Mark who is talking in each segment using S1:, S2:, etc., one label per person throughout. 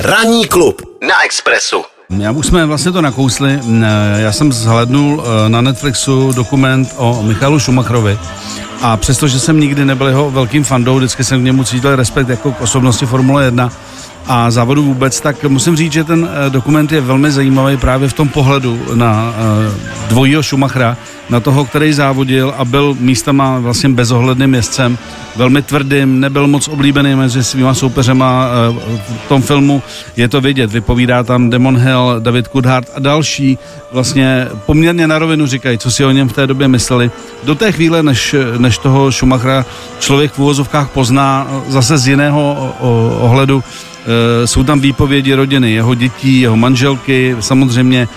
S1: Ranní klub na Expressu.
S2: Já už jsme vlastně to nakousli. Já jsem zhlédnul na Netflixu dokument o Michaelu Schumacherovi a přestože jsem nikdy nebyl jeho velkým fandou, vždycky jsem k němu cítil respekt jako k osobnosti Formule 1 a závodu vůbec, tak musím říct, že ten dokument je velmi zajímavý právě v tom pohledu na dvojího Schumachera, na toho, který závodil a byl místama vlastně bezohledným jezdcem, velmi tvrdým, nebyl moc oblíbený mezi svýma soupeřema. V tom filmu je to vidět, vypovídá tam Damon Hill, David Coulthard a další vlastně poměrně na rovinu říkají, co si o něm v té době mysleli. Do té chvíle, než toho Schumachera člověk v uvozovkách pozná zase z jiného ohledu, jsou tam výpovědi rodiny, jeho dětí, jeho manželky, samozřejmě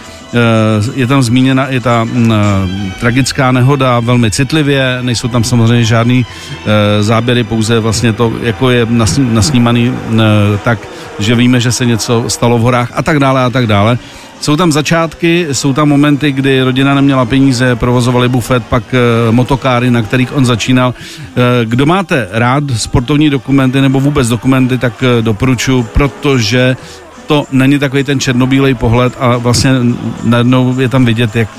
S2: je tam zmíněna i ta tragická nehoda velmi citlivě, nejsou tam samozřejmě žádný záběry, pouze vlastně to, jako je nasnímaný tak, že víme, že se něco stalo v horách a tak dále a tak dále. Jsou tam začátky, jsou tam momenty, kdy rodina neměla peníze, provozovali bufet, pak motokáry, na kterých on začínal. Kdo máte rád sportovní dokumenty nebo vůbec dokumenty, tak doporučuji, protože to není takový ten černobílej pohled a vlastně najednou je tam vidět, jak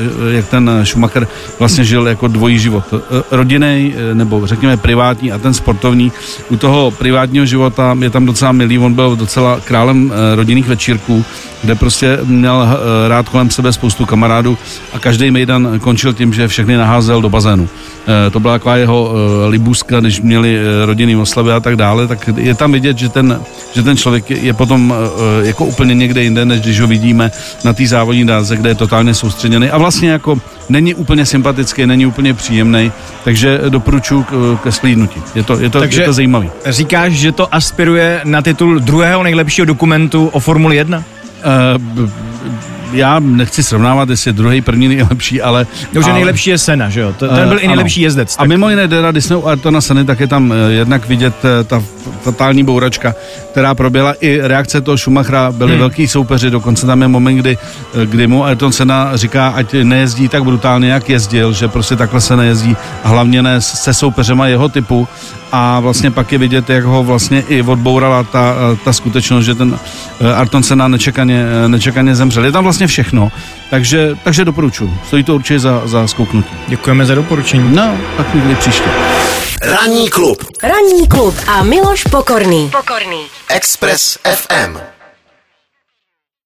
S2: ten Schumacher vlastně žil jako dvojí život. Rodinný nebo řekněme privátní a ten sportovní. U toho privátního života je tam docela milý, on byl docela králem rodinných večírků, kde prostě měl rád kolem sebe spoustu kamarádů a každý mejdan končil tím, že všechny naházel do bazénu. To byla taková jeho libůzka, když měli rodinný oslavy a tak dále, tak je tam vidět, že ten člověk je potom jako úplně někde jinde, než když ho vidíme na té závodní dráze, kde je totálně soustředěný a vlastně jako není úplně sympatický, není úplně příjemný, takže doporučuji ke shlídnutí. Je to zajímavý.
S3: Říkáš, že to aspiruje na titul druhého nejlepšího dokumentu o Formuli 1?
S2: Já nechci srovnávat, jestli druhý, první nejlepší, ale...
S3: Že nejlepší je Senna, že jo? Ten byl i nejlepší jezdec.
S2: Tak. A mimo jiné když jsme u Ayrtona Senny, tak je tam jednak vidět ta fatální bouračka, která proběhla, i reakce toho Schumachera, byli velký soupeři, dokonce tam je moment, kdy mu Ayrton Senna říká, ať nejezdí tak brutálně, jak jezdil, že prostě takhle se nejezdí a hlavně ne se soupeřema jeho typu. A vlastně pak je vidět, jak ho vlastně i odbourala ta skutečnost, že ten Ayrton Senna nečekaně zemřel. Je tam vlastně všechno, takže doporučuji. Stojí to určitě za zkouknutí.
S3: Děkujeme za doporučení.
S2: No, tak někdy příště.
S1: Ranní klub
S4: a Miloš Pokorný.
S1: Express FM.